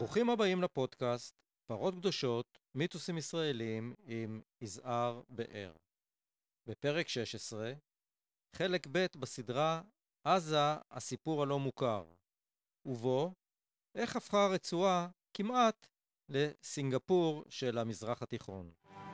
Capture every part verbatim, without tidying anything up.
ברוכים הבאים לפודקאסט פרות קדושות, מיתוסים ישראלים עם יזהר באר. בפרק שש עשרה, חלק ב' בסדרה עזה, הסיפור הלא מוכר, ובו איך הפכה הרצועה כמעט לסינגפור של המזרח התיכון.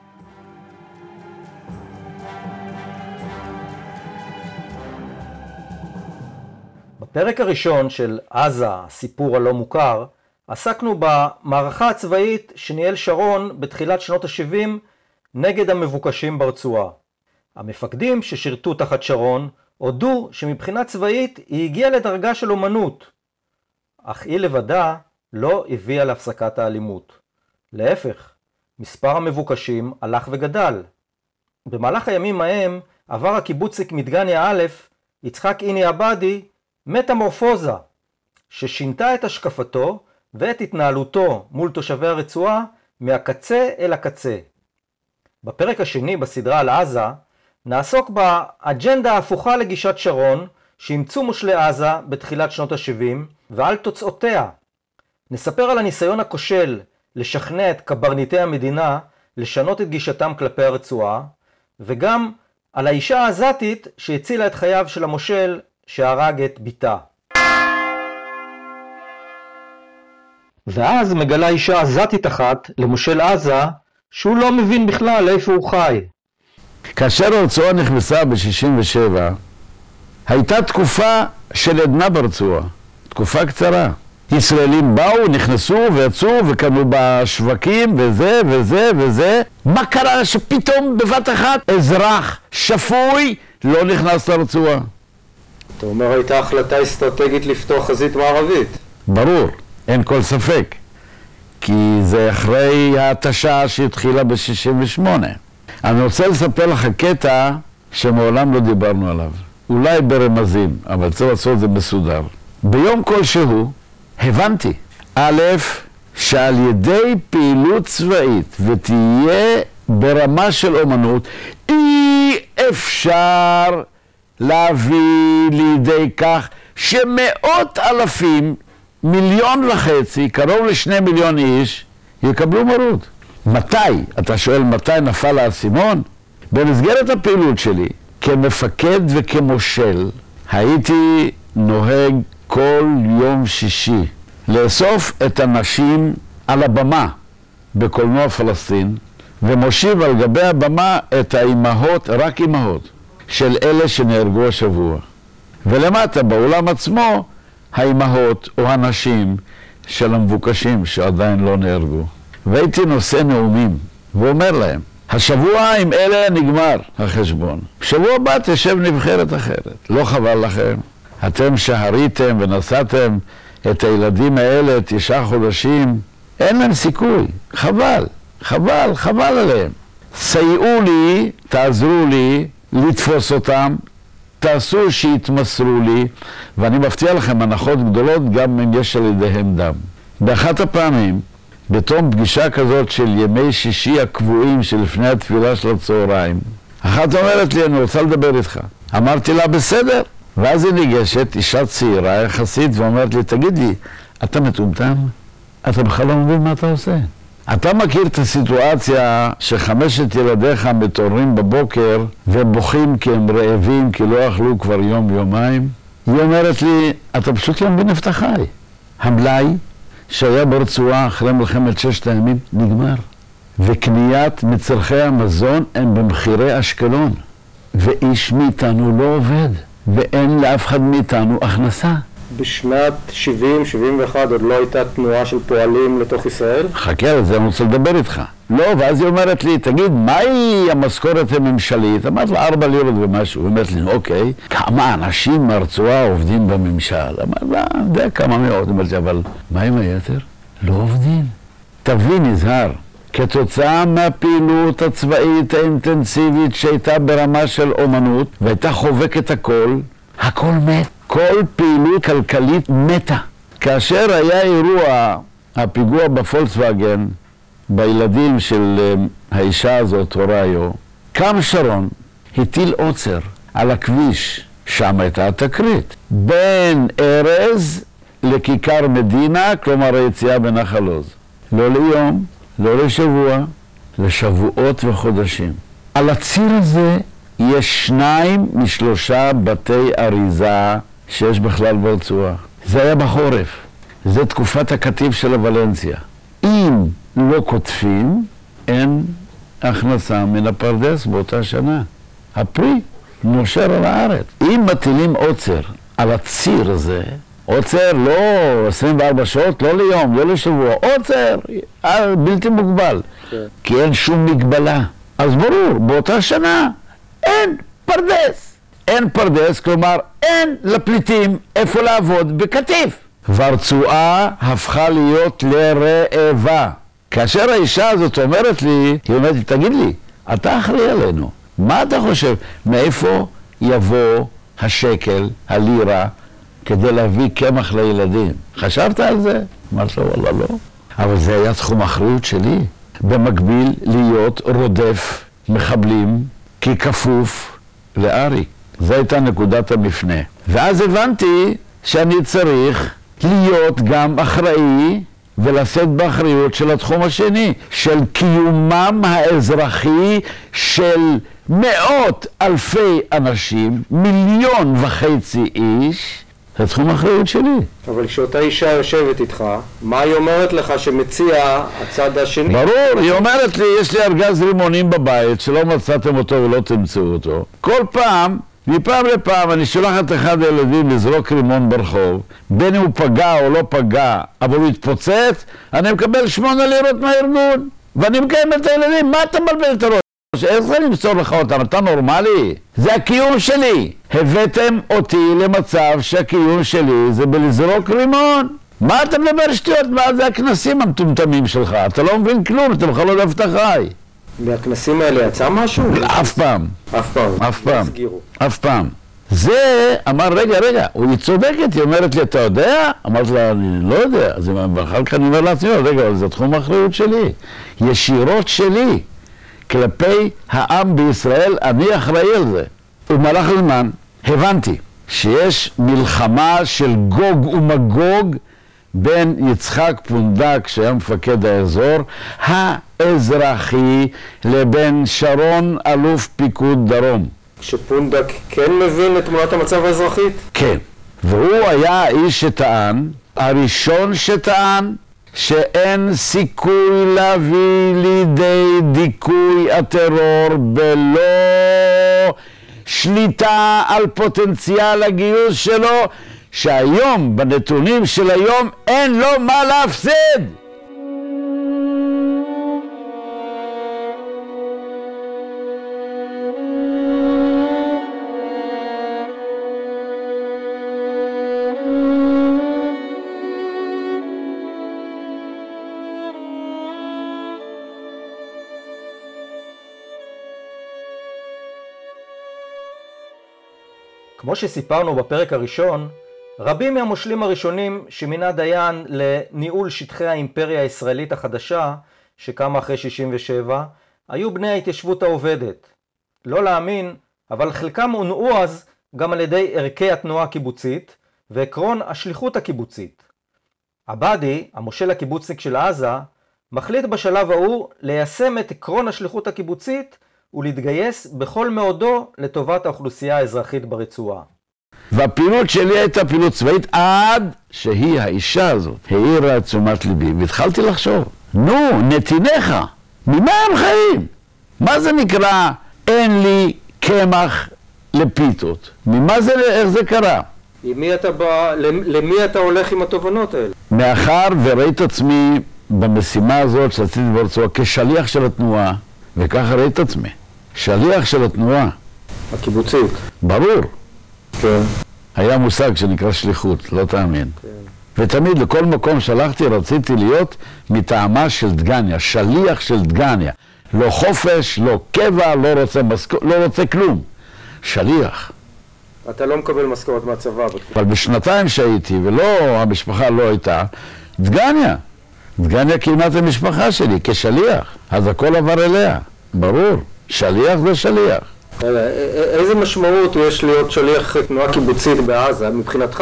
בפרק הראשון של עזה, הסיפור הלא מוכר, עסקנו במערכה הצבאית שניהל שרון בתחילת שנות ה-שבעים נגד המבוקשים ברצועה. המפקדים ששירתו תחת שרון הודו שמבחינה צבאית היא הגיעה לדרגה של אומנות, אך היא לבדה לא הביאה להפסקת האלימות. להפך, מספר המבוקשים הלך וגדל. במהלך הימים ההם עבר הקיבוצניק מדגניה א', יצחק איני עבדי, מטמורפוזה, ששינתה את השקפתו ואת התנהלותו מול תושבי הרצועה מהקצה אל הקצה. בפרק השני בסדרה על עזה נעסוק באג'נדה ההפוכה לגישת שרון שאימצו מושלי עזה בתחילת שנות ה-שבעים ועל תוצאותיה. נספר על הניסיון הכושל לשכנע את קברניטי המדינה לשנות את גישתם כלפי הרצועה, וגם על האישה העזתית שהצילה את חייו של המושל שהרג את ביתה. ואז מגלה אישה עזתית אחת למושל עזה שהוא לא מבין בכלל איפה הוא חי. כאשר הרצועה נכנסה ב-שישים ושבע, הייתה תקופה של עדנה ברצועה, תקופה קצרה. ישראלים באו, נכנסו ויצאו וקנו בשווקים וזה וזה וזה. מה קרה שפתאום בבת אחת אזרח שפוי לא נכנס לרצועה? אתה אומר הייתה החלטה אסטרטגית לפתוח חזית מערבית. ברור, אין כל ספק. כי זה אחרי ההתשה שהתחילה ב-שישים ושמונה. אני רוצה לספר לך קטע שמעולם לא דיברנו עליו. אולי ברמזים, אבל צריך לעשות את זה מסודר. ביום כלשהו הבנתי, א', שעל ידי פעילות צבאית ותהיה ברמה של אומנות, אי אפשר להביא לידי כך שמאות אלפים, מיליון וחצי, קרוב לשני מיליון איש, יקבלו מרות. מתי? אתה שואל מתי נפל האסימון? במסגרת הפעילות שלי, כמפקד וכמושל, הייתי נוהג כל יום שישי לאסוף את הנשים על הבמה בקולנוע פלסטין, ומושיב על גבי הבמה את האימהות, רק אימהות, של אלה שנהרגו השבוע. ולמטה, באולם עצמו, האימהות או הנשים של המבוקשים שעדיין לא נהרגו. והייתי נושא נאומים ואומר להם, השבוע עם אלה נגמר החשבון. בשבוע הבא תשב נבחרת אחרת. לא חבל לכם? אתם שהריתם ונסעתם את הילדים האלה תשעה חודשים, אין להם סיכוי. חבל, חבל, חבל עליהם. סייעו לי, תעזרו לי לתפוס אותם, תעשו שיתמסרו לי, ואני מבטיח לכם הנחות גדולות גם אם יש על ידיהם דם. באחת הפעמים, בתום פגישה כזאת של ימי שישי הקבועים שלפני התפילה של הצהריים, אחת אומרת לי, אני רוצה לדבר איתך. אמרתי לה, בסדר. ואז היא ניגשת, אישה צעירה יחסית, ואומרת לי, תגיד לי, אתה מטומטם? אתה בכלל לא מבין מה אתה עושה. אתה מכיר את הסיטואציה שחמשת ילדיך מתעוררים בבוקר ובוכים כי הם רעבים, כי לא אכלו כבר יום יומיים? היא אומרת לי, אתה פשוט לא מבין איפה אתה חי. המלאי שהיה ברצועה אחרי מלחמת ששת הימים נגמר. וקניית מצרכי המזון הם במחירי אשקלון. ואיש מאיתנו לא עובד, ואין לאף אחד מאיתנו הכנסה. בשנת שבעים שבעים ואחת עוד לא הייתה תנועה של פועלים לתוך ישראל? חכה, על זה אני רוצה לדבר איתך. לא, ואז היא אומרת לי, תגיד, מהי המשכורת הממשלית? אמרת לה, ארבע לירות ומשהו. היא אומרת לי, אוקיי, כמה אנשים מהרצועה עובדים בממשל? אמרת לה, אני יודע כמה מאות. אמרת לי, אבל מה עם היתר? לא עובדים. תבין, יזהר, כתוצאה מהפעילות הצבאית האינטנסיבית שהייתה ברמה של אומנות, והייתה חובקת הכל, הכל מת. כל פעילות כלכלית מתה. כאשר היה אירוע, הפיגוע בפולקסווגן, בילדים של האישה הזאת, הוריו, קם שרון, הטיל עוצר על הכביש, שם הייתה התקרית, בין ארז לכיכר מדינה, כלומר היציאה בנחל עוז. לא ליום, לא לשבוע, לשבועות וחודשים. על הציר הזה יש שניים משלושה בתי אריזה שיש בכלל ברצועה. זה היה בחורף. זה תקופת הקטיף של הוולנסיה. אם לא קוטפים, אין הכנסה מן הפרדס באותה שנה. הפרי נושר על הארץ. אם מטילים עוצר על הציר הזה, עוצר לא עשרים וארבע שעות, לא ליום, לא לשבוע, עוצר בלתי מוגבל, okay. כי אין שום מגבלה. אז ברור, באותה שנה אין פרדס. אין פרדס, כלומר אין לפליטים איפה לעבוד בקטיף. והרצועה הפכה להיות לרעבה. כאשר האישה הזאת אומרת לי, היא אומרת לי, תגיד לי, אתה אחראי עלינו. מה אתה חושב? מאיפה יבוא השקל, הלירה, כדי להביא קמח לילדים? חשבת על זה? אמרת לו, וואלה לא. אבל זה היה תחום האחריות שלי. במקביל להיות רודף מחבלים ככפוף לאריק. זו הייתה נקודת המפנה. ואז הבנתי שאני צריך להיות גם אחראי ולשאת באחריות של התחום השני, של קיומם האזרחי של מאות אלפי אנשים, מיליון וחצי איש, זה תחום האחריות שלי. אבל כשאותה אישה יושבת איתך, מה היא אומרת לך שמציע הצד השני? ברור, היא אומרת לי, יש לי ארגז רימונים בבית, שלא מצאתם אותו ולא תמצאו אותו. כל פעם, מפעם לפעם, אני שולחת אחד הילדים לזרוק רימון ברחוב, בין אם הוא פגע או לא פגע, אבל הוא התפוצץ, אני מקבל שמונה לירות מהארגון, ואני מקיים את הילדים. מה אתה מבלבל את הראש? איך זה למסור לך אותם? אתה נורמלי? זה הקיום שלי. הבאתם אותי למצב שהקיום שלי זה בלזרוק רימון. מה אתה מדבר שטויות? מה זה הכנסים המטומטמים שלך? אתה לא מבין כלום, אתה בכלל לא יודע איפה אתה חי. מהכנסים האלה יצא משהו? אף פעם. אף פעם. אף פעם. אף פעם. זה אמר, רגע, רגע, היא צודקת, היא אומרת לי, אתה יודע? אמרת לה, אני לא יודע. אז אחר כך אני אומר לעצמי, רגע, אבל זה תחום האחריות שלי. ישירות שלי. כלפי העם בישראל, אני אחראי על זה. ובמהלך הזמן הבנתי שיש מלחמה של גוג ומגוג בין יצחק פונדק, שהיה מפקד האזור, האזרחי, לבין שרון אלוף פיקוד דרום. שפונדק כן מבין את תמונת המצב האזרחית? כן, והוא היה האיש שטען, הראשון שטען, שאין סיכוי להביא לידי דיכוי הטרור בלא שליטה על פוטנציאל הגיוס שלו, שהיום, בנתונים של היום, אין לו מה להפסיד. כמו שסיפרנו בפרק הראשון, רבים מהמושלים הראשונים שמינה דיין לניהול שטחי האימפריה הישראלית החדשה, שקמה אחרי שישים ושבע, היו בני ההתיישבות העובדת. לא להאמין, אבל חלקם הונעו אז גם על ידי ערכי התנועה הקיבוצית ועקרון השליחות הקיבוצית. עבדי, המושל הקיבוצניק של עזה, מחליט בשלב ההוא ליישם את עקרון השליחות הקיבוצית ולהתגייס בכל מאודו לטובת האוכלוסייה האזרחית ברצועה. והפעילות שלי הייתה פעילות צבאית עד שהיא, האישה הזאת, העירה את תשומת ליבי, והתחלתי לחשוב, נו, נתיניך, ממה הם חיים? מה זה נקרא אין לי קמח לפיתות? ממה זה, איך זה קרה? למי אתה בא, למי אתה הולך עם התובנות האלה? מאחר וראית עצמי במשימה הזאת שעשיתי ברצועה כשליח של התנועה, וככה ראית עצמי, שליח של התנועה. הקיבוצית. ברור. כן. היה מושג שנקרא שליחות, לא תאמין. כן. ותמיד לכל מקום שלחתי, רציתי להיות מטעמה של דגניה, שליח של דגניה. לא חופש, לא קבע, לא רוצה משכורת, לא רוצה כלום. שליח. אתה לא מקבל משכורת מהצבא. אבל בשנתיים שהייתי, ולא, המשפחה לא הייתה, דגניה. דגניה קיימה את המשפחה שלי כשליח, אז הכל עבר אליה, ברור, שליח זה שליח. איזה משמעות יש להיות שליח תנועה קיבוצית בעזה מבחינתך?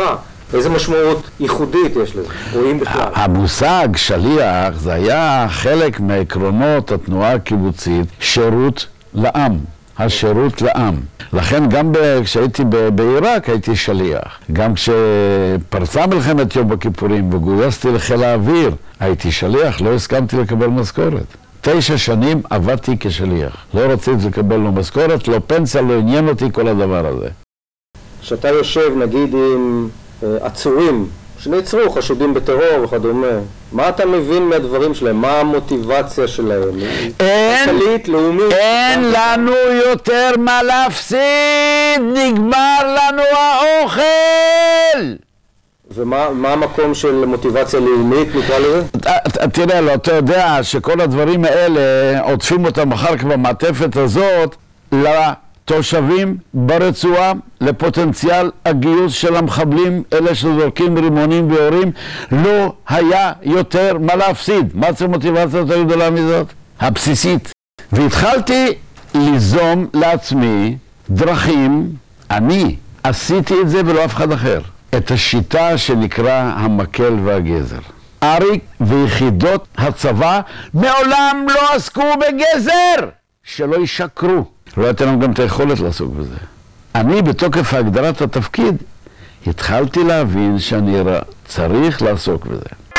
איזה משמעות ייחודית יש לזה, רואים בכלל? המושג שליח זה היה חלק מעקרונות התנועה הקיבוצית, שירות לעם, השירות לעם. לכן גם כשהייתי בעיראק הייתי שליח. גם כשפרצה מלחמת יום הכיפורים וגויסתי לחיל האוויר, הייתי שליח, לא הסכמתי לקבל משכורת. תשע שנים עבדתי כשליח. לא רציתי לקבל לו משכורת, לא פנסיה, לא עניין אותי כל הדבר הזה. כשאתה יושב נגיד עם עצורים שנעצרו, חשודים בטרור וכדומה, מה אתה מבין מהדברים שלהם? מה המוטיבציה שלהם? אין, כלכלית, לאומית? אין לנו יותר מה להפסיד, נגמר לנו האוכל! ומה מה המקום של מוטיבציה לאומית, נקרא לזה? תראה לו, אתה יודע שכל הדברים האלה עוטפים אותם אחר כך במעטפת הזאת לתושבים ברצועה, לפוטנציאל הגיוס של המחבלים, אלה שזורקים רימונים ויורים, לא היה יותר מה להפסיד. מה זה מוטיבציה יותר גדולה מזאת? הבסיסית. והתחלתי ליזום לעצמי דרכים, אני עשיתי את זה ולא אף אחד אחר, את השיטה שנקרא המקל והגזר. אריק ויחידות הצבא מעולם לא עסקו בגזר, שלא ישקרו. לא הייתה לנו גם את היכולת לעסוק בזה. אני בתוקף הגדרת התפקיד התחלתי להבין שאני צריך לעסוק בזה.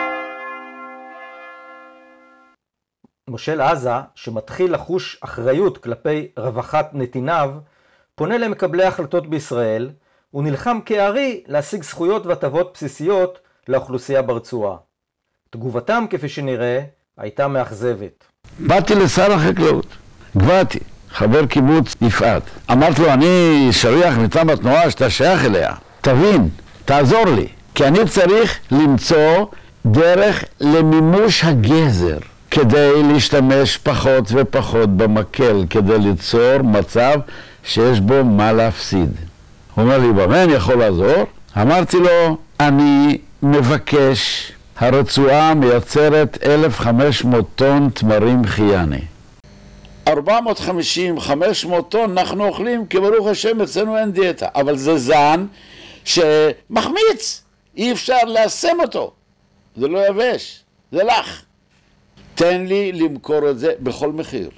מושל עזה, שמתחיל לחוש אחריות כלפי רווחת נתיניו, פונה למקבלי ההחלטות בישראל, הוא נלחם כארי להשיג זכויות והטבות בסיסיות לאוכלוסייה ברצועה. תגובתם, כפי שנראה, הייתה מאכזבת. באתי לשר החקלאות, גבעתי, חבר קיבוץ יפעת. אמרתי לו, אני שליח מטעם התנועה שאתה שייך אליה. תבין, תעזור לי, כי אני צריך למצוא דרך למימוש הגזר, כדי להשתמש פחות ופחות במקל, כדי ליצור מצב שיש בו מה להפסיד. הוא אומר לי, במה אני יכול לעזור? אמרתי לו, אני מבקש, הרצועה מייצרת אלף וחמש מאות טון תמרים חייני. ארבע מאות וחמישים, חמש מאות טון אנחנו אוכלים, כי ברוך השם אצלנו אין דיאטה. אבל זה זן שמחמיץ, אי אפשר ליישם אותו. זה לא יבש, זה לח. תן לי למכור את זה בכל מחיר.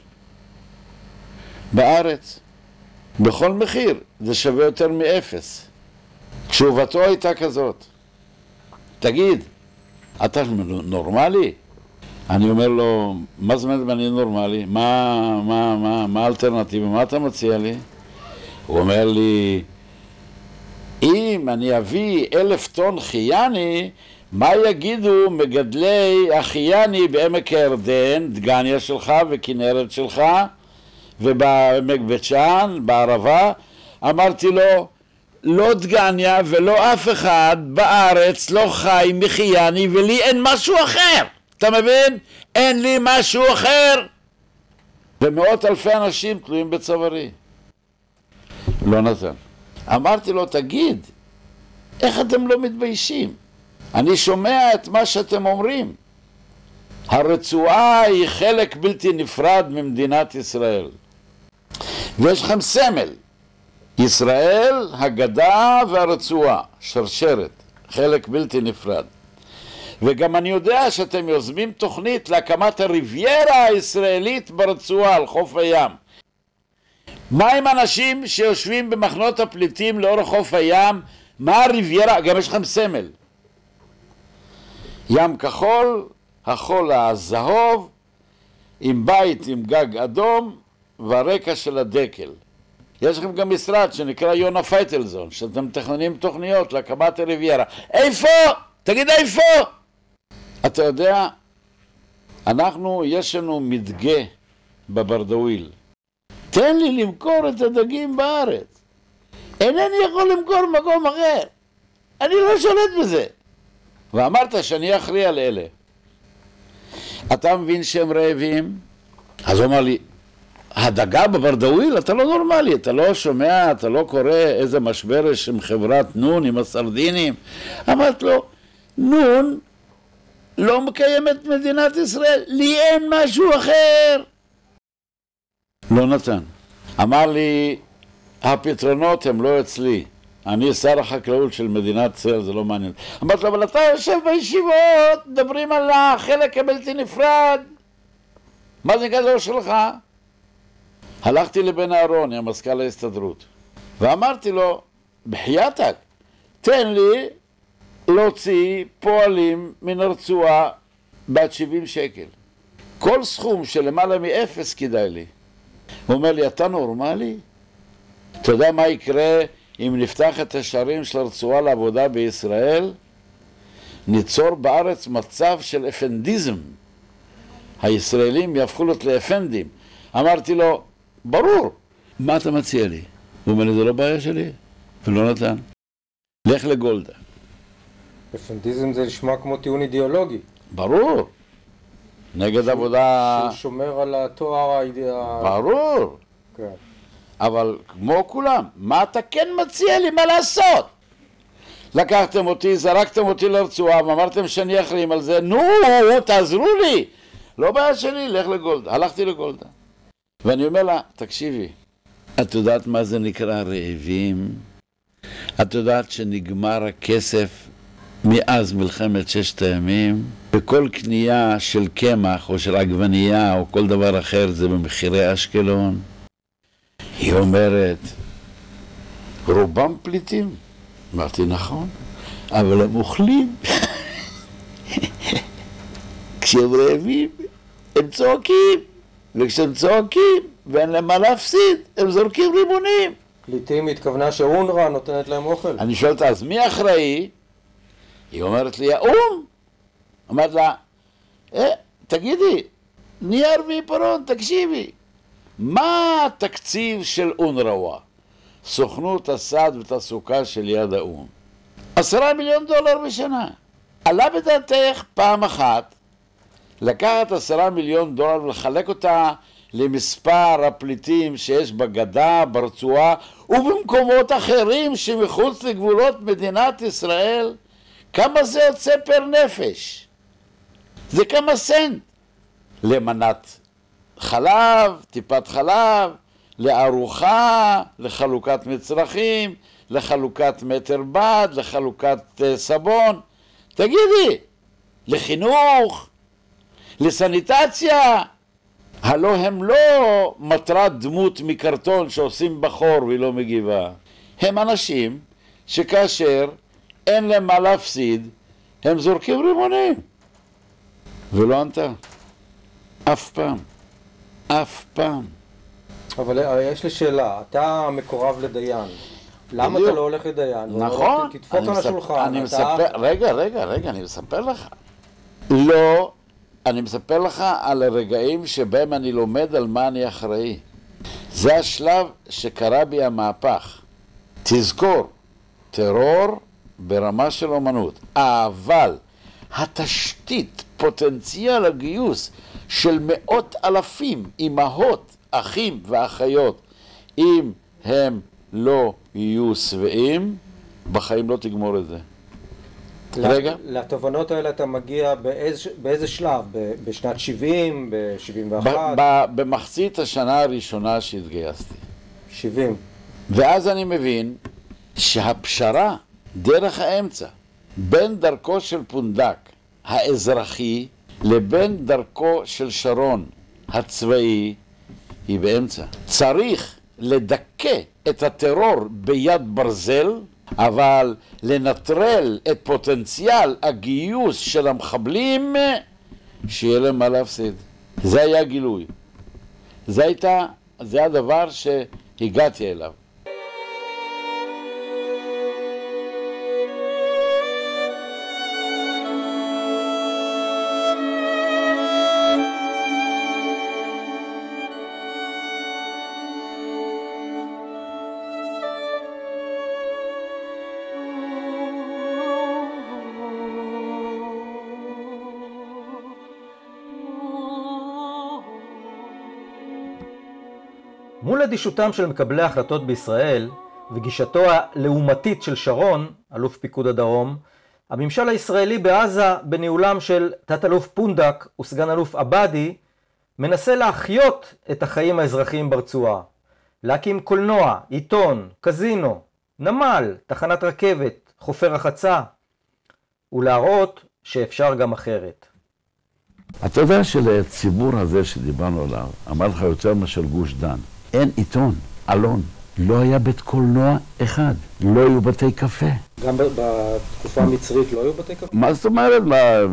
בארץ, בכל מחיר, זה שווה יותר מאפס. תשובתו הייתה כזאת. תגיד, אתה נורמלי? אני אומר לו, מה זאת אומרת אני נורמלי? מה, מה, מה, מה האלטרנטיבה? מה אתה מציע לי? הוא אומר לי, אם אני אביא אלף טון חייני, מה יגידו מגדלי החייני בעמק הירדן, דגניה שלך וכנרת שלך, ובעמק בית שאן, בערבה? אמרתי לו, לא דגניה ולא אף אחד בארץ לא חי מחייני, ולי אין משהו אחר. אתה מבין? אין לי משהו אחר. ומאות אלפי אנשים תלויים בצווארי. לא נתן. אמרתי לו, תגיד, איך אתם לא מתביישים? אני שומע את מה שאתם אומרים. הרצועה היא חלק בלתי נפרד ממדינת ישראל. ויש לכם סמל. ישראל, הגדה והרצועה, שרשרת, חלק בלתי נפרד. וגם אני יודע שאתם יוזמים תוכנית להקמת הריביירה הישראלית ברצועה על חוף הים. מה עם אנשים שיושבים במחנות הפליטים לאורך חוף הים? מה הריביירה? גם יש לכם סמל. ים כחול, החול הזהוב, עם בית עם גג אדום והרקע של הדקל. יש לכם גם משרד שנקרא יונה פייטלזון, שאתם מתכננים תוכניות להקמת הריביירה. איפה? תגיד איפה? אתה יודע, אנחנו, יש לנו מדגה בברדוויל. תן לי למכור את הדגים בארץ. אינני יכול למכור מקום אחר. אני לא שולט בזה. ואמרת שאני אכריע לאלה. אתה מבין שהם רעבים? אז הוא אמר לי, הדגה בברדוויל, אתה לא נורמלי, אתה לא שומע, אתה לא קורא איזה משבר יש עם חברת נון, עם הסרדינים. אמרת לו, נון לא מקיימת מדינת ישראל, לי אין משהו אחר. לא נתן. אמר לי, הפתרונות הם לא אצלי, אני שר החקלאות של מדינת ישראל, זה לא מעניין. אמרתי לו, אבל אתה יושב בישיבות, מדברים על החלק הבלתי נפרד. מה זה גדול שלך? הלכתי לבן אהרוני, המזכ"ל ההסתדרות, ואמרתי לו, בחייתק, תן לי להוציא פועלים מן הרצועה בעד שבעים שקל. כל סכום של למעלה מאפס כדאי לי. הוא אומר לי, אתה נורמלי? אתה יודע מה יקרה אם נפתח את השערים של הרצועה לעבודה בישראל? ניצור בארץ מצב של אפנדיזם. הישראלים יהפכו להיות לאפנדים. אמרתי לו, ברור, מה אתה מציע לי? הוא אומר לי, זה לא בעיה שלי, ולא נתן. לך לגולדה. אפנדיזם זה נשמע כמו טיעון אידיאולוגי. ברור. נגד עבודה... ששומר על התואר האידיאולוגי. ברור. כן. אבל כמו כולם, מה אתה כן מציע לי? מה לעשות? לקחתם אותי, זרקתם אותי לרצועה, ואמרתם שאני אחראים על זה, נו, תעזרו לי. לא בעיה שלי, לך לגולדה. הלכתי לגולדה. ואני אומר לה, תקשיבי, את יודעת מה זה נקרא רעבים? את יודעת שנגמר הכסף מאז מלחמת ששת הימים? וכל קנייה של קמח או של עגבנייה או כל דבר אחר זה במחירי אשקלון? היא אומרת, רובם פליטים. אמרתי, נכון, אבל הם אוכלים. כשהם רעבים, הם צועקים. וכשהם צועקים ואין להם מה להפסיד, הם זורקים רימונים. פליטים התכוונה שאונר"א נותנת להם אוכל. אני שואל אותה, אז מי אחראי? היא אומרת לי, האום. אמרת לה, אה, תגידי, נייר ועיפרון, תקשיבי. מה התקציב של אונר"א? סוכנות הסעד ותעסוקה של יד האום. עשרה מיליון דולר בשנה. עלה בדעתך פעם אחת לקחת עשרה מיליון דולר ולחלק אותה למספר הפליטים שיש בגדה, ברצועה ובמקומות אחרים שמחוץ לגבולות מדינת ישראל? כמה זה יוצא פר נפש? זה כמה סנט. למנת חלב, טיפת חלב, לארוחה, לחלוקת מצרכים, לחלוקת מטר בד, לחלוקת uh, סבון. תגידי, לחינוך, לסניטציה. הלא הם לא מטרת דמות מקרטון שעושים בחור והיא לא מגיבה. הם אנשים שכאשר אין להם מה להפסיד, הם זורקים רימונים. ולא ענתה. אף פעם. אף פעם. אבל יש לי שאלה, אתה מקורב לדיין. למה אתה לא הולך לדיין? נכון. תדפוק על השולחן. אני מספר, רגע, רגע, רגע, אני מספר לך. לא, אני מספר לך על הרגעים שבהם אני לומד על מה אני אחראי. זה השלב שקרה בי המהפך. תזכור, טרור ברמה של אומנות, אבל התשתית, פוטנציאל הגיוס של מאות אלפים, אמהות, אחים ואחיות, אם הם לא יהיו שבעים, בחיים לא תגמור את זה. רגע. לתובנות האלה אתה מגיע באיזה, באיזה שלב? בשנת שבעים? ב-שבעים ואחת? במחצית השנה הראשונה שהתגייסתי. שבעים. ואז אני מבין שהפשרה, דרך האמצע, בין דרכו של פונדק האזרחי לבין דרכו של שרון הצבאי, היא באמצע. צריך לדכא את הטרור ביד ברזל, אבל לנטרל את פוטנציאל הגיוס של המחבלים, שיהיה להם מה להפסיד. זה היה גילוי. זה הייתה, זה הדבר שהגעתי אליו. מול אדישותם של מקבלי ההחלטות בישראל וגישתו הלעומתית של שרון, אלוף פיקוד הדרום, הממשל הישראלי בעזה בניהולם של תת-אלוף פונדק וסגן אלוף עבדי מנסה להחיות את החיים האזרחיים ברצועה, להקים קולנוע, עיתון, קזינו, נמל, תחנת רכבת, חופי רחצה, ולהראות שאפשר גם אחרת. אתה יודע שלציבור הזה שדיברנו עליו, אמר לך יותר מאשר גוש דן, אין עיתון, אלון, לא היה בית קולנוע אחד, לא היו בתי קפה. גם בתקופה המצרית לא היו בתי קפה? מה זאת אומרת?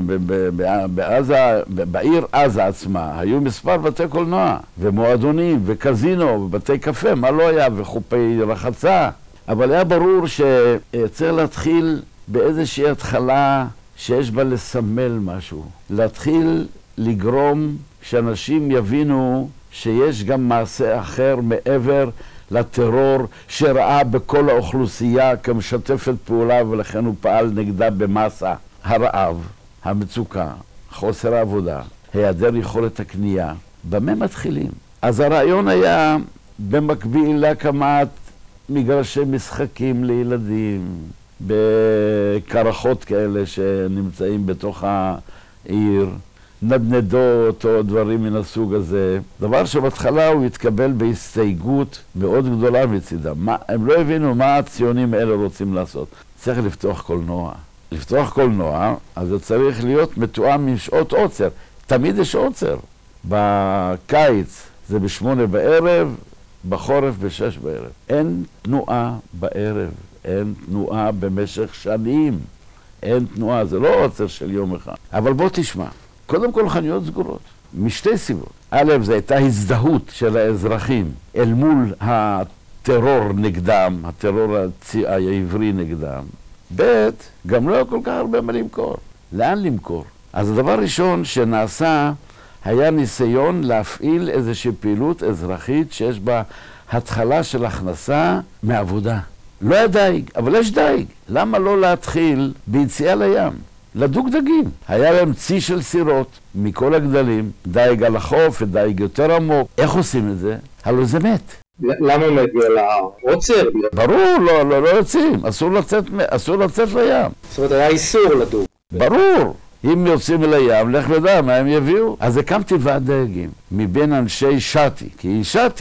בעזה, בעיר עזה עצמה, היו מספר בתי קולנוע, ומועדונים, וקזינו, ובתי קפה, מה לא היה, וחופי רחצה. אבל היה ברור שצריך להתחיל באיזושהי התחלה שיש בה לסמל משהו. להתחיל לגרום שאנשים יבינו שיש גם מעשה אחר מעבר לטרור שראה בכל האוכלוסייה כמשתפת פעולה, ולכן הוא פעל נגדה במסה. הרעב, המצוקה, חוסר העבודה, היעדר יכולת הקנייה. במה מתחילים? אז הרעיון היה במקביל להקמת מגרשי משחקים לילדים, בקרחות כאלה שנמצאים בתוך העיר, נדנדות או דברים מן הסוג הזה. דבר שבהתחלה הוא התקבל בהסתייגות מאוד גדולה מצידם. מה, הם לא הבינו מה הציונים האלה רוצים לעשות. צריך לפתוח קולנוע. לפתוח קולנוע, אז זה צריך להיות מתואם עם שעות עוצר. תמיד יש עוצר. בקיץ זה בשמונה בערב, בחורף בשש בערב. אין תנועה בערב, אין תנועה במשך שנים. אין תנועה, זה לא עוצר של יום אחד. אבל בוא תשמע, קודם כל חנויות סגורות, משתי סיבות. א', זו הייתה הזדהות של האזרחים אל מול הטרור נגדם, הטרור הצי... העברי נגדם. ב', גם לא היה כל כך הרבה מה למכור. לאן למכור? אז הדבר הראשון שנעשה היה ניסיון להפעיל איזושהי פעילות אזרחית שיש בה התחלה של הכנסה מעבודה. לא היה דייג, אבל יש דייג. למה לא להתחיל ביציאה לים? לדוג דגים. היה להם צי של סירות מכל הגדלים, דייג על החוף ודייג יותר עמוק. איך עושים את זה? הלוא זה מת. למה מת? לעוצר? ברור, לא, לא, לא יוצאים. אסור לצאת, אסור לצאת לים. זאת אומרת, היה איסור לדוג. ברור. אם יוצאים אל הים, לך ודע מה הם יביאו. אז הקמתי ועד דייגים מבין אנשי שתי, כי שתי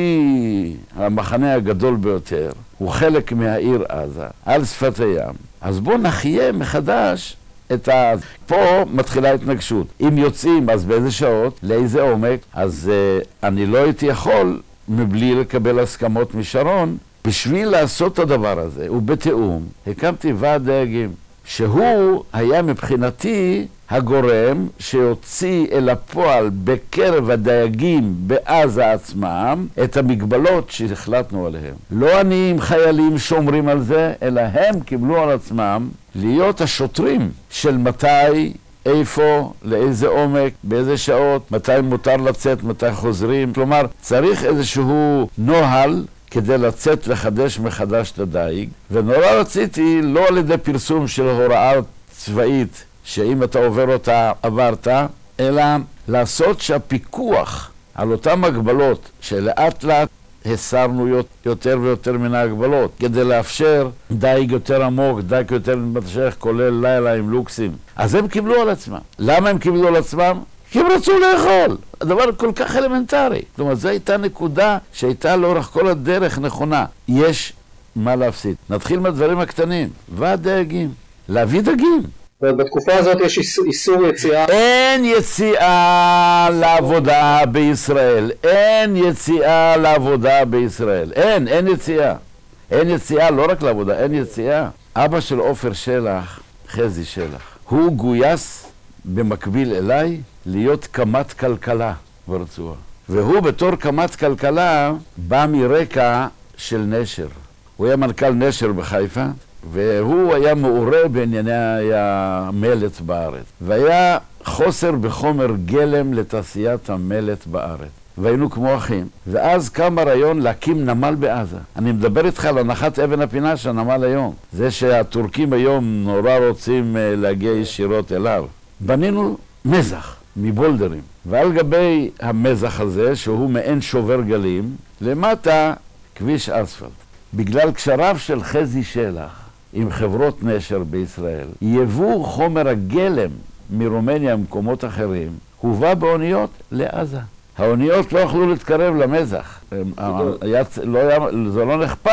היא המחנה הגדול ביותר, הוא חלק מהעיר עזה, על שפת הים. אז בוא נחיה מחדש את ה... פה מתחילה התנגשות. אם יוצאים, אז באיזה שעות, לאיזה עומק, אז uh, אני לא הייתי יכול מבלי לקבל הסכמות משרון, בשביל לעשות את הדבר הזה, ובתאום, הקמתי ועד דייגים. שהוא היה מבחינתי הגורם שיוציא אל הפועל בקרב הדייגים בעזה עצמם את המגבלות שהחלטנו עליהם. לא אני עם חיילים שומרים על זה, אלא הם קיבלו על עצמם להיות השוטרים של מתי, איפה, לאיזה עומק, באיזה שעות, מתי מותר לצאת, מתי חוזרים. כלומר, צריך איזשהו נוהל כדי לצאת לחדש מחדש את הדייג, ונורא רציתי, לא על ידי פרסום של הוראה צבאית, שאם אתה עובר אותה עברת, אלא לעשות שהפיקוח על אותם הגבלות, שלאט לאט הסרנו יותר ויותר מן ההגבלות, כדי לאפשר דייג יותר עמוק, דייג יותר מתמשך, כולל לילה עם לוקסים. אז הם קיבלו על עצמם. למה הם קיבלו על עצמם? כי הם רצו לאכול. הדבר כל כך אלמנטרי. זאת אומרת, זו הייתה נקודה שהייתה לאורך כל הדרך נכונה. יש מה להפסיד. נתחיל מהדברים הקטנים. ועד דייגים. להביא דגים. בתקופה הזאת יש איסור יציאה. אין יציאה לעבודה בישראל. אין יציאה לעבודה בישראל. אין, אין יציאה. אין יציאה, לא רק לעבודה, אין יציאה. אבא של עופר שלח, חזי שלח, הוא גויס במקביל אליי להיות קמת כלכלה ברצועה. והוא בתור קמת כלכלה בא מרקע של נשר. הוא היה מנכ"ל נשר בחיפה, והוא היה מעורה בענייני המלט בארץ. והיה חוסר בחומר גלם לתעשיית המלט בארץ. והיינו כמו אחים. ואז קם הרעיון להקים נמל בעזה. אני מדבר איתך על הנחת אבן הפינה של הנמל היום. זה שהטורקים היום נורא רוצים להגיע ישירות אליו. בנינו מזח מבולדרים. ועל גבי המזח הזה, שהוא מעין שובר גלים, למטה כביש אספלט. בגלל קשריו של חזי שלח עם חברות נשר בישראל, יבוא חומר הגלם מרומניה ומקומות אחרים, הובא באוניות לעזה. האוניות לא יכלו להתקרב למזח. היה, לא היה, זה לא נחפר,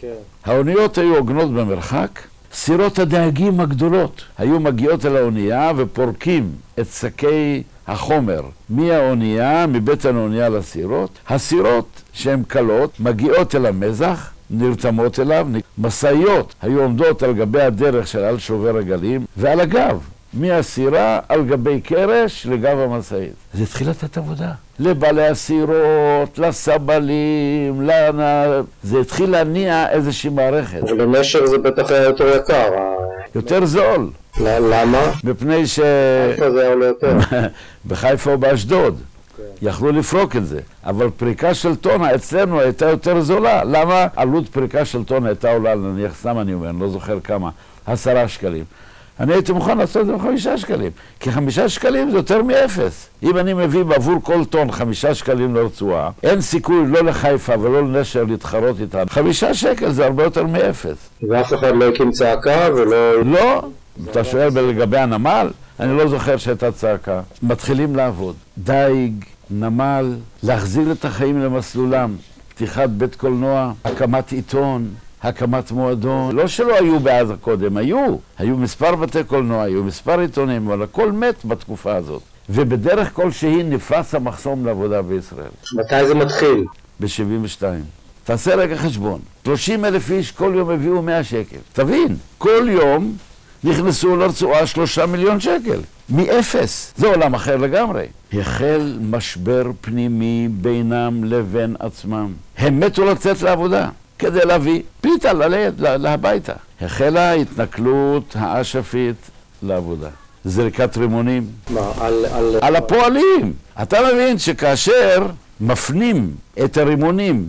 כן. האוניות היו עוגנות במרחק, סירות הדייגים הגדולות היו מגיעות אל האונייה ופורקים את שקי החומר מהאונייה, מבטן האונייה לסירות. הסירות שהן קלות מגיעות אל המזח, נרתמות אליו, מסעיות היו עומדות על גבי הדרך של על שובר הגלים, ועל הגב, מהסירה על גבי קרש לגב המסעית. זה התחיל לתת עבודה. לבעלי הסירות, לסבלים, לנה... זה התחיל להניע איזושהי מערכת. אבל לנשר זה בטח היה יותר יקר. יותר זול. למה? מפני ש... איפה זה היה עולה יותר? בחיפה או באשדוד. יכלו לפרוק את זה, אבל פריקה של טונה אצלנו הייתה יותר זולה. למה עלות פריקה של טונה הייתה עולה, נניח, סתם אני אומר, אני לא זוכר כמה, עשרה שקלים. אני הייתי מוכן לעשות את זה בחמישה שקלים, כי חמישה שקלים זה יותר מאפס. אם אני מביא בעבור כל טון חמישה שקלים לרצועה, אין סיכוי לא לחיפה ולא לנשר להתחרות איתנו. חמישה שקל זה הרבה יותר מאפס. ואף אחד לא הקים צעקה ולא... לא, אתה שואל לגבי הנמל? אני לא זוכר שהייתה צעקה. מתחילים לעבוד. דייג, נמל, להחזיר את החיים למסלולם. פתיחת בית קולנוע, הקמת עיתון, הקמת מועדון. לא שלא היו בעזה קודם, היו. היו מספר בתי קולנוע, היו מספר עיתונים, אבל הכל מת בתקופה הזאת. ובדרך כלשהי נפרץ המחסום לעבודה בישראל. מתי זה מתחיל? ב-שבעים ושתיים. תעשה רגע חשבון. שלושים אלף איש כל יום הביאו מאה שקל. תבין, כל יום נכנסו לרצועה שלושה מיליון שקל. מאפס. זה עולם אחר לגמרי. החל משבר פנימי בינם לבין עצמם. הם מתו לצאת לעבודה כדי להביא פיתה ללד, להביתה. החלה התנכלות האשפית לעבודה. זריקת רימונים. מה? על, על... על הפועלים. אתה מבין שכאשר מפנים את הרימונים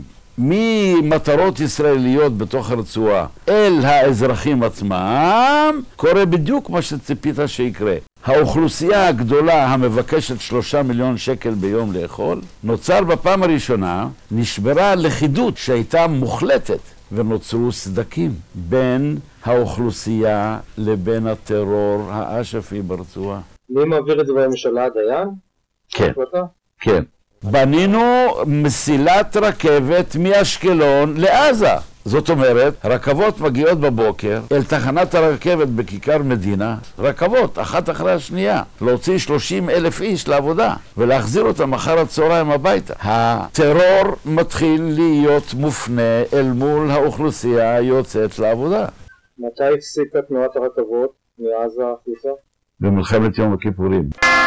ממטרות ישראליות בתוך הרצועה אל האזרחים עצמם, קורה בדיוק מה שציפית שיקרה. האוכלוסייה הגדולה המבקשת שלושה מיליון שקל ביום לאכול, נוצר בפעם הראשונה, נשברה לכידות שהייתה מוחלטת, ונוצרו סדקים בין האוכלוסייה לבין הטרור האשפי ברצועה. מי מעביר את זה בממשלה? דיין? כן, כן. בנינו מסילת רכבת מאשקלון לעזה. זאת אומרת, רכבות מגיעות בבוקר אל תחנת הרכבת בכיכר מדינה, רכבות, אחת אחרי השנייה, להוציא שלושים אלף איש לעבודה ולהחזיר אותם אחר הצהריים הביתה. הטרור מתחיל להיות מופנה אל מול האוכלוסייה היוצאת לעבודה. מתי הפסיקה תנועת הרכבות מעזה החוצה? במלחמת יום הכיפורים.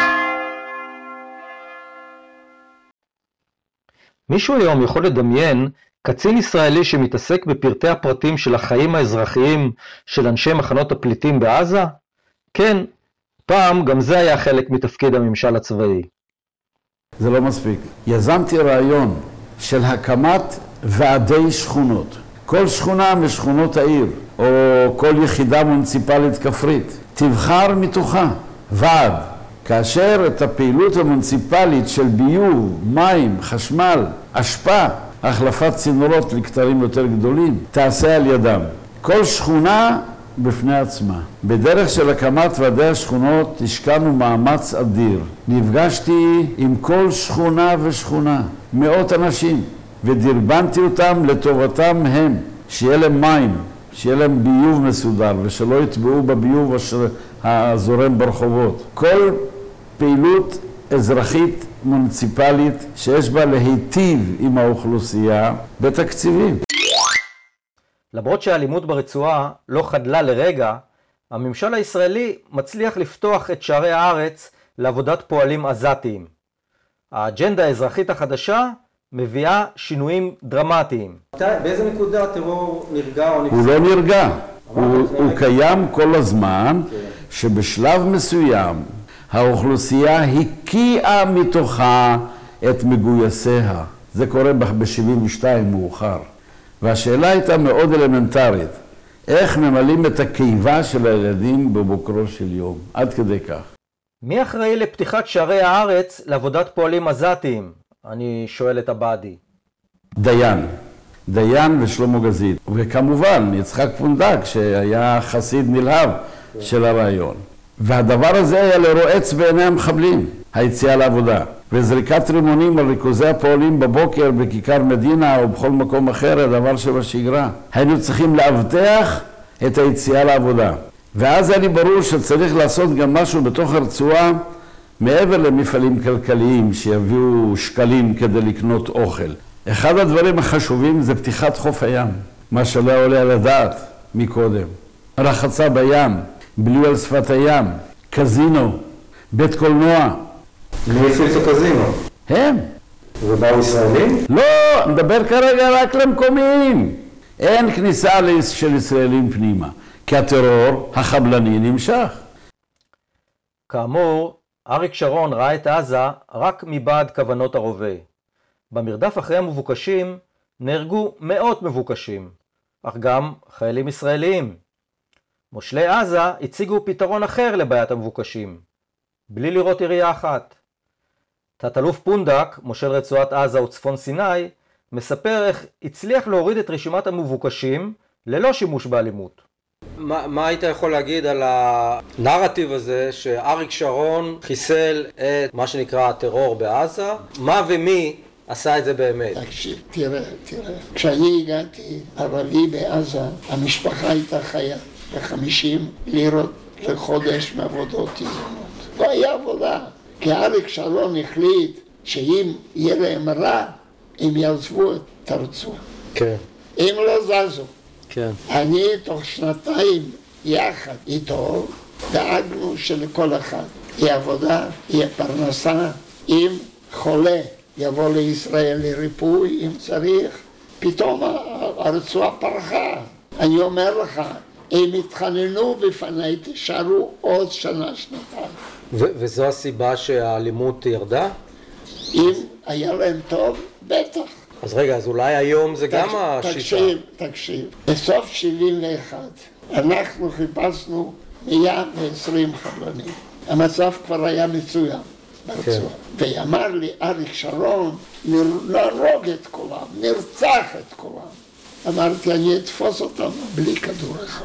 מישהו היום יכול לדמיין קצין ישראלי שמתעסק בפרטי הפרטים של החיים האזרחיים של אנשי מחנות הפליטים בעזה? כן, פעם גם זה היה חלק מתפקיד הממשל הצבאי. זה לא מספיק. יזמתי רעיון של הקמת ועדי שכונות. כל שכונה משכונות העיר, או כל יחידה מוניציפלית כפרית, תבחר מתוכה ועד. כאשר את הפעילות המוניציפלית של ביוב, מים, חשמל, אשפה, החלפת צינורות לכתרים יותר גדולים, תעשה על ידם. כל שכונה בפני עצמה. בדרך של הקמת ועדי השכונות השקענו מאמץ אדיר. נפגשתי עם כל שכונה ושכונה, מאות אנשים, ודרבנתי אותם לטובתם הם, שיהיה להם מים, שיהיה להם ביוב מסודר, ושלא יטבעו בביוב הזורם ברחובות. כל פעילות אזרחית מוניציפלית שיש בה להיטיב עם האוכלוסייה בתקציבים. למרות שהאלימות ברצועה לא חדלה לרגע, הממשל הישראלי מצליח לפתוח את שערי הארץ לעבודת פועלים עזתיים. האג'נדה האזרחית החדשה מביאה שינויים דרמטיים. באיזה נקודה הטרור נרגע או נפסק? הוא לא נרגע, הוא, הוא קיים כל הזמן, שבשלב מסוים האוכלוסייה הקיאה מתוכה את מגויסיה. זה קורה ב-שבעים ושתיים מאוחר. והשאלה הייתה מאוד אלמנטרית. איך ממלאים את הקיבה של הילדים בבוקרו של יום? עד כדי כך. מי אחראי לפתיחת שערי הארץ לעבודת פועלים עזתיים? אני שואל את הבאדי. דיין. דיין ושלמה גזית. וכמובן, יצחק פונדק, שהיה חסיד נלהב של הרעיון. והדבר הזה היה לרועץ בעיני המחבלים, היציאה לעבודה. וזריקת רימונים על ריכוזי הפועלים בבוקר בכיכר מדינה או בכל מקום אחר, הדבר שבשגרה. היינו צריכים לאבטח את היציאה לעבודה. ואז היה לי ברור שצריך לעשות גם משהו בתוך הרצועה, מעבר למפעלים כלכליים שיביאו שקלים כדי לקנות אוכל. אחד הדברים החשובים זה פתיחת חוף הים, מה שלא עולה על הדעת מקודם. רחצה בים, בילוי על שפת הים, קזינו, בית קולנוע. מי הפעיל את הקזינו? הם. ובאו ישראלים? לא, מדבר כרגע רק למקומיים. אין כניסה של ישראלים פנימה, כי הטרור החבלני נמשך. כאמור, אריק שרון ראה את עזה רק מבעד כוונות הרובה. במרדף אחרי המבוקשים נהרגו מאות מבוקשים, אך גם חיילים ישראליים. מושלי עזה הציגו פתרון אחר לבעיית המבוקשים, בלי לראות ירייה אחת. תת-אלוף פונדק, מושל רצועת עזה וצפון סיני, מספר איך הצליח להוריד את רשימת המבוקשים ללא שימוש באלימות. מה, מה היית יכול להגיד על הנרטיב הזה שאריק שרון חיסל את מה שנקרא הטרור בעזה? מה ומי עשה את זה באמת? תקשיב, תראה, תראה. כשאני הגעתי ערבי בעזה, המשפחה הייתה חיה ב-חמישים לירות לחודש מעבודות יזומות. לא היה עבודה, כי אריק שרון החליט שאם יהיה להם רע, הם יעזבו את הרצועה. כן. הם לא זזו. כן. אני תוך שנתיים יחד איתו דאגנו שלכל אחד יהיה עבודה, יהיה פרנסה, אם חולה יבוא לישראל לריפוי אם צריך, פתאום הרצועה פרחה. אני אומר לך, הם התחננו בפני, תשארו עוד שנה, שנתיים. ו- וזו הסיבה שהאלימות ירדה? אם היה להם טוב, בטח. אז רגע, אז אולי היום זה גם תקש- השיטה. תקשיב, תקשיב. בסוף שבעים ואחת אנחנו חיפשנו מאה ועשרים חבלנים. המצב כבר היה מצוין ברצועה. ואמר לי אריק שרון, נהרוג את כולם, נרצח את כולם. אמרתי, אני אתפוס אותם בלי כדור אחד.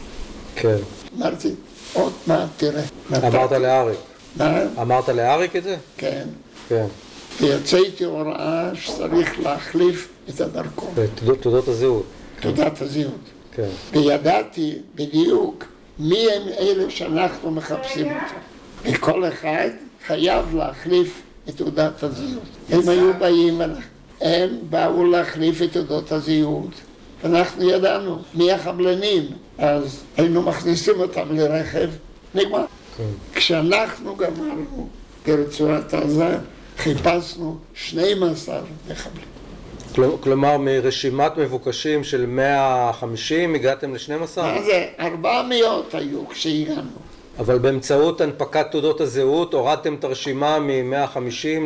כן. אמרתי, עוד מעט תראה. אמרת לאריק. מה? אמרת לאריק את זה? כן. כן. ויצאתי הוראה שצריך להחליף את הדרכון. תעודות, תעודות הזהות. תעודת הזהות. כן. וידעתי בדיוק מי הם אלה שאנחנו מחפשים אותם. וכל אחד חייב להחליף את תעודת הזהות. הם היו באים, הם באו להחליף את תעודות הזהות. אנחנו ידענו מי החבלנים, אז היינו מכניסים אותם לרכב, נגמר. כן. כשאנחנו גמרנו ברצועת עזה, חיפשנו שנים עשר מחבלים. כלומר, מרשימת מבוקשים של מאה וחמישים הגעתם ל-שנים עשר? מה זה? ארבע מאות היו כשהגענו. אבל באמצעות הנפקת תעודות הזהות הורדתם את הרשימה מ-מאה וחמישים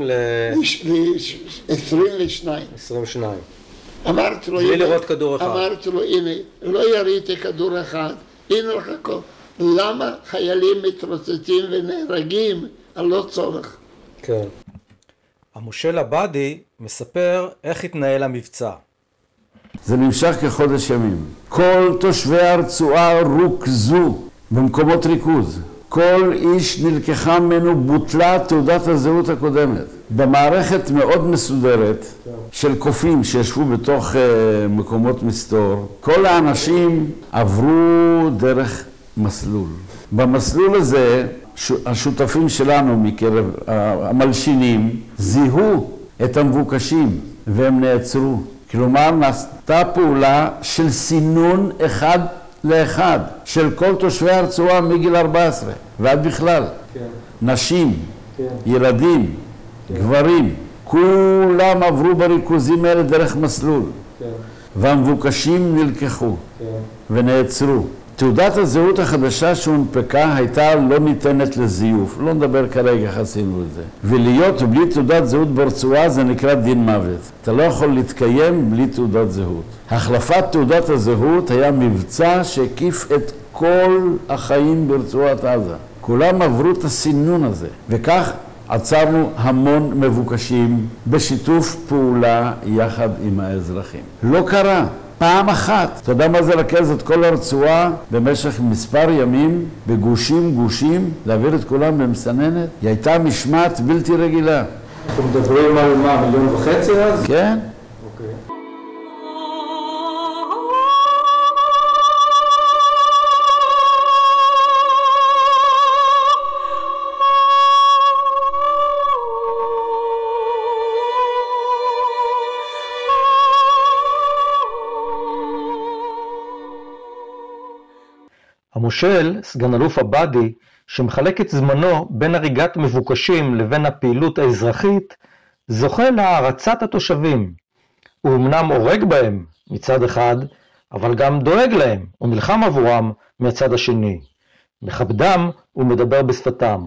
ל-עשרים ושניים. עשרים ושניים. אמרתי לו, בלי לראות כדור אחד. אמרתי לו, הנה, לא יריתי כדור אחד, הנה לך הכל. למה חיילים מתרוצצים ונהרגים על לא צורך? כן. המושל עבאדי מספר איך התנהל המבצע. זה נמשך כחודש ימים. כל תושבי הרצועה רוכזו במקומות ריכוז. כל איש נלקחה ממנו, בוטלה תעודת הזהות הקודמת. במערכת מאוד מסודרת של קופים שישבו בתוך uh, מקומות מסתור, כל האנשים עברו דרך מסלול. במסלול הזה השותפים שלנו מקרב המלשינים זיהו את המבוקשים והם נעצרו. כלומר, נעשתה פעולה של סינון אחד לאחד של כל תושבי הרצועה מגיל ארבע עשרה ועד בכלל. כן. נשים, כן. ילדים, כן. גברים, כולם עברו בריכוזים האלה דרך מסלול. כן. והמבוקשים נלקחו כן. ונעצרו. תעודת הזהות החדשה שהונפקה הייתה לא ניתנת לזיוף. לא נדבר כרגע איך עשינו את זה. ולהיות בלי תעודת זהות ברצועה זה נקרא דין מוות. אתה לא יכול להתקיים בלי תעודת זהות. החלפת תעודת הזהות היה מבצע שהקיף את כל החיים ברצועת עזה. כולם עברו את הסינון הזה. וכך עצרנו המון מבוקשים בשיתוף פעולה יחד עם האזרחים. לא קרה. פעם אחת, אתה יודע מה זה רכז את כל הרצועה במשך מספר ימים, בגושים גושים, להעביר את כולם במסננת? היא הייתה משמעת בלתי רגילה. אנחנו מדברים על מה, מיליון וחצי אז? כן. אוקיי. המושל, סגן אלוף עבאדי, שמחלק את זמנו בין הריגת מבוקשים לבין הפעילות האזרחית, זוכה להערצת התושבים. הוא אמנם הורג בהם מצד אחד, אבל גם דואג להם ונלחם עבורם מהצד השני. מכבדם ומדבר בשפתם.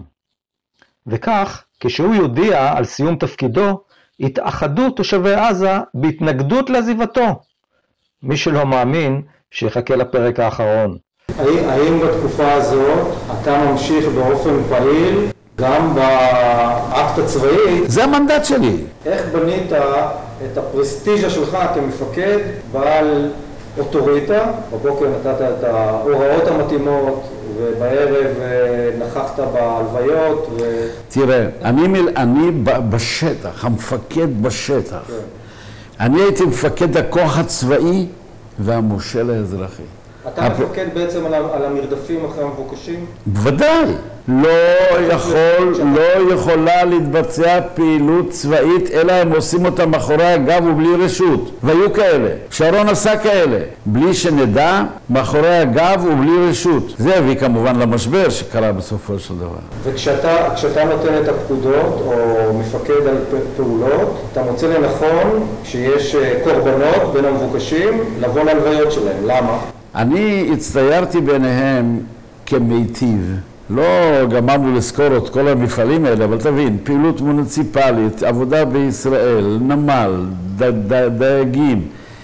וכך, כשהוא יודיע על סיום תפקידו, התאחדו תושבי עזה בהתנגדות לעזיבתו. מי שלא מאמין, שיחכה לפרק האחרון. האם בתקופה הזאת אתה ממשיך באופן פעיל גם באקט הצבאי? זה המנדט שלי. איך בנית את הפרסטיג'ה שלך כמפקד בעל אוטוריטה? בבוקר נתת את ההוראות המתאימות ובערב נכחת בהלוויות ו... תראה, אני, מל... אני בשטח, המפקד בשטח. כן. אני הייתי מפקד הכוח הצבאי והמושל האזרחי. אתה מפקד בעצם על המרדפים אחרי המבוקשים? בוודאי. לא יכול, לא יכולה להתבצע פעילות צבאית, אלא הם עושים אותה מאחורי הגב ובלי רשות. והיו כאלה. שרון עשה כאלה. בלי שנדע, מאחורי הגב ובלי רשות. זה הביא כמובן למשבר שקרה בסופו של דבר. וכשאתה, כשאתה נותן את הפקודות או מפקד על פעולות, אתה מוצא לנכון שיש קורבנות בין המבוקשים לבוא להלוויות שלהם. למה? אני הצטיירתי ביניהם כמיטיב. לא גמרנו לזכור את כל המפעלים האלה, אבל תבין, פעילות מוניציפלית, עבודה בישראל, נמל, ד, ד, דייגים,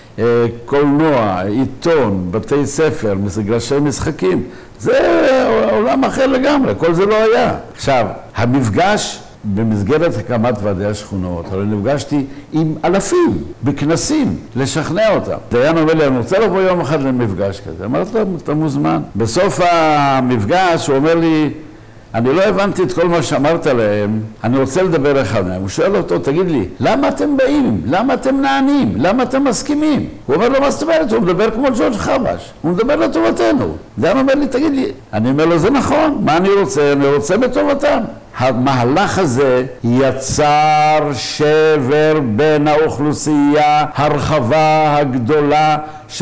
קולנוע, עיתון, בתי ספר, מגרשי משחקים, זה עולם אחר לגמרי, כל זה לא היה. עכשיו, המפגש במסגרת הקמת ועדי השכונות, אבל נפגשתי עם אלפים בכנסים, לשכנע אותם. דיין אומר לי, אני רוצה לבוא יום אחד למפגש כזה. אמרתי לו, אתה מוזמן. בסוף המפגש הוא אומר לי, אני לא הבנתי את כל מה שאמרת להם, אני רוצה לדבר אחד מהם. הוא שואל אותו, תגיד לי, למה אתם באים? למה אתם נענים? למה אתם מסכימים? הוא אומר לו, מה זאת אומרת? הוא מדבר כמו ג'ורג' חבש. הוא מדבר לטובתנו. דיין אומר לי, תגיד לי. אני אומר לו, זה נכון. מה אני רוצה? אני רוצה בטובתם. המהלך הזה יצר שבר בין האוכלוסייה הרחבה הגדולה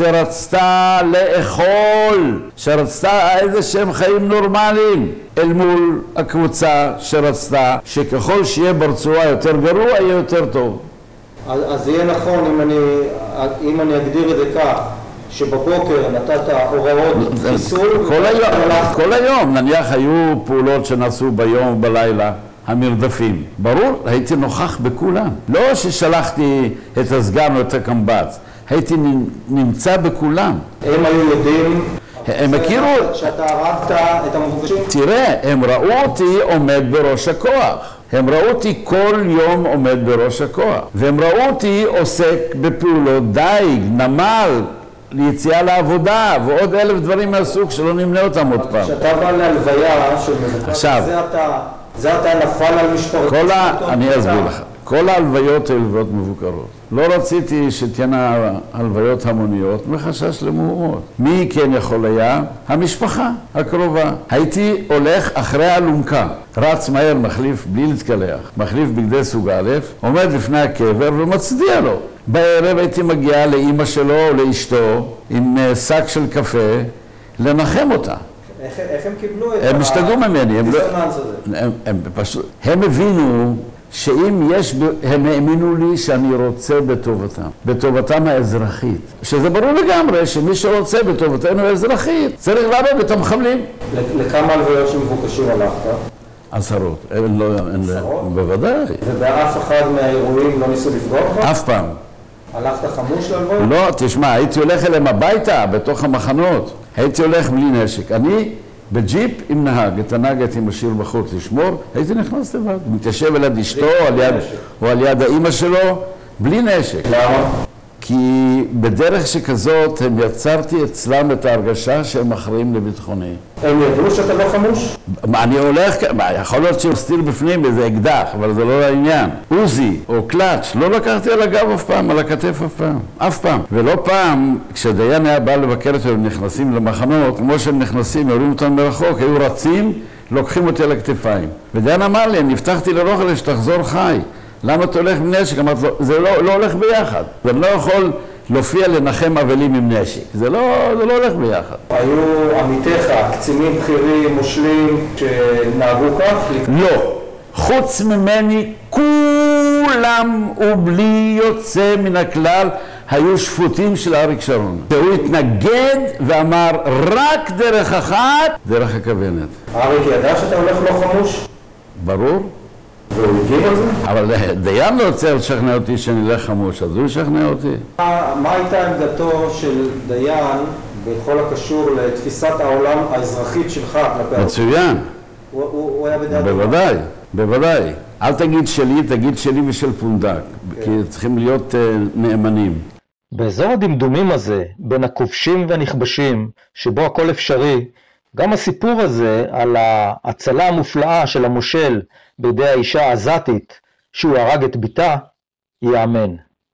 שרצתה לאכול, שרצתה איזה שהם חיים נורמליים, אל מול הקבוצה שרצתה שככל שיהיה ברצועה יותר גרוע יהיה יותר טוב. אז, אז יהיה נכון אם אני, אם אני אגדיר את זה כך, שבבוקר נתת הוראות חיסול כל היום, כל היום, נניח היו פעולות שנעשו ביום ובלילה, המרדפים. ברור, הייתי נוכח בכולם. לא ששלחתי את הסגן או את הקמב"ץ, הייתי נמצא בכולם. הם היו יודעים הם הכירו... שאתה הרגת את המבוקשים? תראה, הם ראו אותי עומד בראש הכוח. הם ראו אותי כל יום עומד בראש הכוח. והם ראו אותי עוסק בפעולות דייג, נמל, ליציאה לעבודה, ועוד אלף דברים מהסוג שלא נמנה אותם עוד פעם. כשאתה בא להלוויה של מבוקש, זה אתה, זה אתה נפל על משפחות. כל ה... אני אסביר לך. כל ההלוויות הן הלוויות מבוקרות. לא רציתי שתהיינה הלוויות המוניות מחשש למהומות. מי כן יכול היה? המשפחה הקרובה. הייתי הולך אחרי האלונקה, רץ מהר, מחליף בלי להתקלח, מחליף בגדי סוג א', עומד לפני הקבר ומצדיע לו. בערב הייתי מגיע לאמא שלו או לאשתו עם שק של קפה לנחם אותה. איך, איך הם קיבלו את הם השתגעו ממני. הם, לא, הם, הם, פשוט, הם הבינו שאם יש, הם האמינו לי שאני רוצה בטובתם, בטובתם האזרחית. שזה ברור לגמרי שמי שרוצה בטובתנו האזרחית צריך לעבוד את המחבלים. לכמה הלוויות שמבוקשים הלכת? עשרות. אין, לא, אין, עשרות? בוודאי. ובאף אחד מהאירועים לא ניסו לפגוע בך? אף פעם. הלכת חמוש להלוויות? לא, תשמע, הייתי הולך אליהם הביתה, בתוך המחנות. הייתי הולך בלי נשק. אני בג'יפ עם נהג, את הנהג הייתי משאיר בחוץ לשמור, הייתי נכנס לבד. מתיישב על יד אשתו או על יד, או על יד האמא שלו, בלי נשק. למה? כי בדרך שכזאת הם יצרתי אצלם את ההרגשה שהם אחראים לביטחוני. הם ידעו שאתה לא חמוש? מה, אני הולך, מה, יכול להיות שהוא סתיר בפנים איזה אקדח, אבל זה לא העניין. עוזי או קלאץ', לא לקחתי על הגב אף פעם, על הכתף אף פעם, אף פעם. ולא פעם, כשדיין היה בא לבקר אותו, הם נכנסים למחנות, כמו שהם נכנסים, יורים אותם מרחוק, היו רצים, לוקחים אותי על הכתפיים. ודיין אמר לי, אני הבטחתי לרוחלה שתחזור חי. למה אתה הולך עם נשק? אמרת לו, זה לא, לא הולך ביחד. זה לא יכול להופיע לנחם אבלים עם נשק. זה לא, זה לא הולך ביחד. היו עמיתיך, קצינים בכירים, מושלים, שנהגו כך? לא. חוץ ממני, כולם ובלי יוצא מן הכלל היו שפוטים של אריק שרון. והוא התנגד ואמר רק דרך אחת, דרך הכוונת. אריק ידע שאתה הולך לא חמוש? ברור. והוא הגיב על זה? אבל דיין לא רוצה לשכנע אותי שאני אלך חמוש, אז הוא ישכנע אותי. מה, מה הייתה עמדתו של דיין בכל הקשור לתפיסת העולם האזרחית שלך? מצוין. הוא, הוא, הוא היה בדעת... בוודאי, בוודאי. אל תגיד שלי, תגיד שלי ושל פונדק, כן. כי צריכים להיות uh, נאמנים. באזור הדמדומים הזה, בין הכובשים והנכבשים, שבו הכל אפשרי, גם הסיפור הזה על ההצלה המופלאה של המושל בידי האישה העזתית, שהוא הרג את ביתה, יאמן.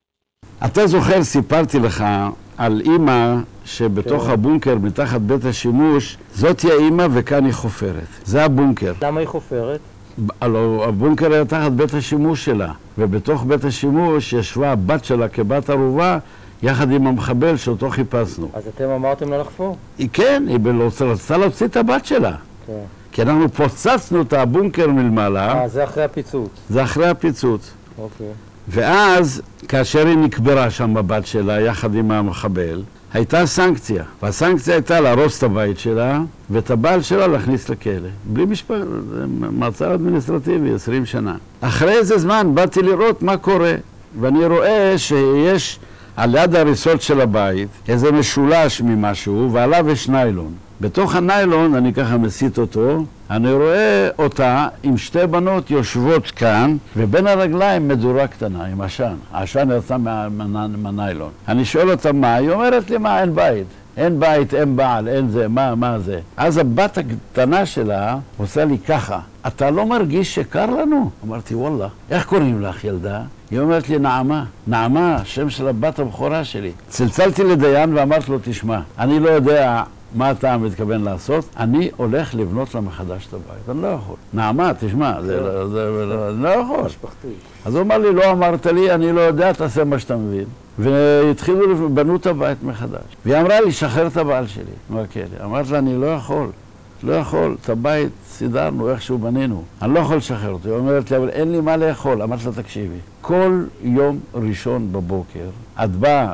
אתה זוכר, סיפרתי לך על אמא שבתוך כן. הבונקר, מתחת בית השימוש, זאת היא האמא וכאן היא חופרת. זה הבונקר. למה היא חופרת? הלוא הבונקר היה תחת בית השימוש שלה, ובתוך בית השימוש ישבה הבת שלה כבת ערובה, יחד עם המחבל שאותו חיפשנו. אז אתם אמרתם לה לחפור? היא כן, היא רצתה להוציא את הבת שלה. כן. כי אנחנו פוצצנו את הבונקר מלמעלה. אה, זה אחרי הפיצוץ. זה אחרי הפיצוץ. אוקיי. ואז, כאשר היא נקברה שם בבת שלה, יחד עם המחבל, הייתה סנקציה. והסנקציה הייתה להרוס את הבית שלה, ואת הבעל שלה להכניס לכלא. בלי משפט, מעצר אדמיניסטרטיבי, עשרים שנה. אחרי איזה זמן באתי לראות מה קורה, ואני רואה שיש על יד ההריסות של הבית איזה משולש ממשהו, ועליו יש ניילון. בתוך הניילון, אני ככה מסיט אותו, אני רואה אותה עם שתי בנות יושבות כאן, ובין הרגליים מדורה קטנה עם עשן. העשן יצא מהניילון. אני שואל אותה מה, היא אומרת לי מה, אין בית. אין בית, אין בעל, אין זה, מה, מה זה. אז הבת הקטנה שלה עושה לי ככה, אתה לא מרגיש שקר לנו? אמרתי, וואלה, איך קוראים לך ילדה? היא אומרת לי, נעמה. נעמה, השם של הבת הבכורה שלי. צלצלתי לדיין ואמרתי לו, תשמע, אני לא יודע מה אתה מתכוון לעשות, אני הולך לבנות לה מחדש את הבית. אני לא יכול. נעמה, תשמע, זה, זה, זה, אני לא יכול. אז הוא אמר לי, לא אמרת לי, אני לא יודע, תעשה מה שאתה מבין. והתחילו לבנו את הבית מחדש. והיא אמרה לי, שחרר את הבעל שלי מהכלא. אמרתי לה, אני לא יכול, לא יכול, את הבית סידרנו, איכשהו בנינו. אני לא יכול לשחרר אותו. היא אומרת לי, אבל אין לי מה לאכול. אמרתי לה, תקשיבי, כל יום ראשון בבוקר, את באה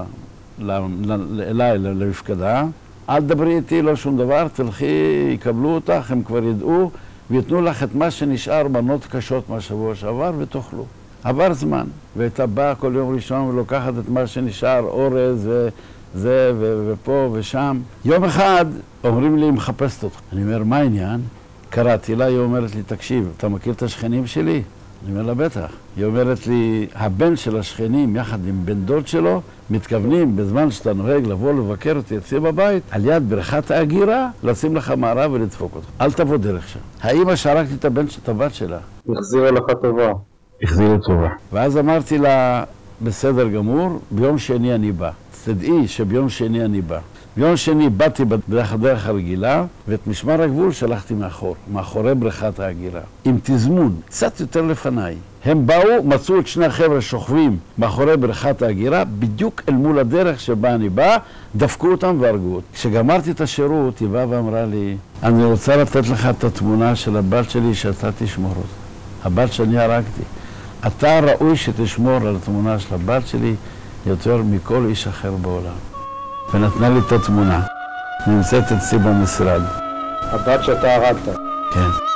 אליי למפקדה, אל דברי איתי, לא שום דבר, תלכי, יקבלו אותך, הם כבר ידעו, ויתנו לך את מה שנשאר מנות קשות מהשבוע שעבר, ותאכלו. עבר זמן, והייתה באה כל יום ראשון ולוקחת את מה שנשאר, אורז וזה ופה ושם. יום אחד אומרים לי, מחפשת אותך. אני אומר, מה העניין? קראתי לה, היא אומרת לי, תקשיב, אתה מכיר את השכנים שלי? אני אומר לה, בטח. היא אומרת לי, הבן של השכנים יחד עם בן דוד שלו, מתכוונים בזמן שאתה נוהג לבוא לבקר אותי אצלי בבית, על יד בריכת ההגירה, לשים לך מערב ולדפוק אותך. אל תבוא דרך שם. האמא שהרגתי את הבן של הבת שלה. החזירה לך טובה. החזירה טובה. ואז אמרתי לה, בסדר גמור, ביום שני אני בא. תדעי שביום שני אני בא. ביום שני באתי בדרך הדרך הרגילה, ואת משמר הגבול שלחתי מאחור, מאחורי בריכת ההגירה. עם תזמון, קצת יותר לפניי. הם באו, מצאו את שני החבר'ה שוכבים מאחורי בריכת ההגירה, בדיוק אל מול הדרך שבה אני בא, דפקו אותם והרגו אותם. כשגמרתי את השירות, היא באה ואמרה לי, אני רוצה לתת לך את התמונה של הבת שלי שאתה תשמור אותה. הבת שאני הרגתי. אתה ראוי שתשמור על התמונה של הבת שלי יותר מכל איש אחר בעולם. ונתנה לי את התמונה. נמצאת אצלי במשרד. הבת שאתה הרגת. כן.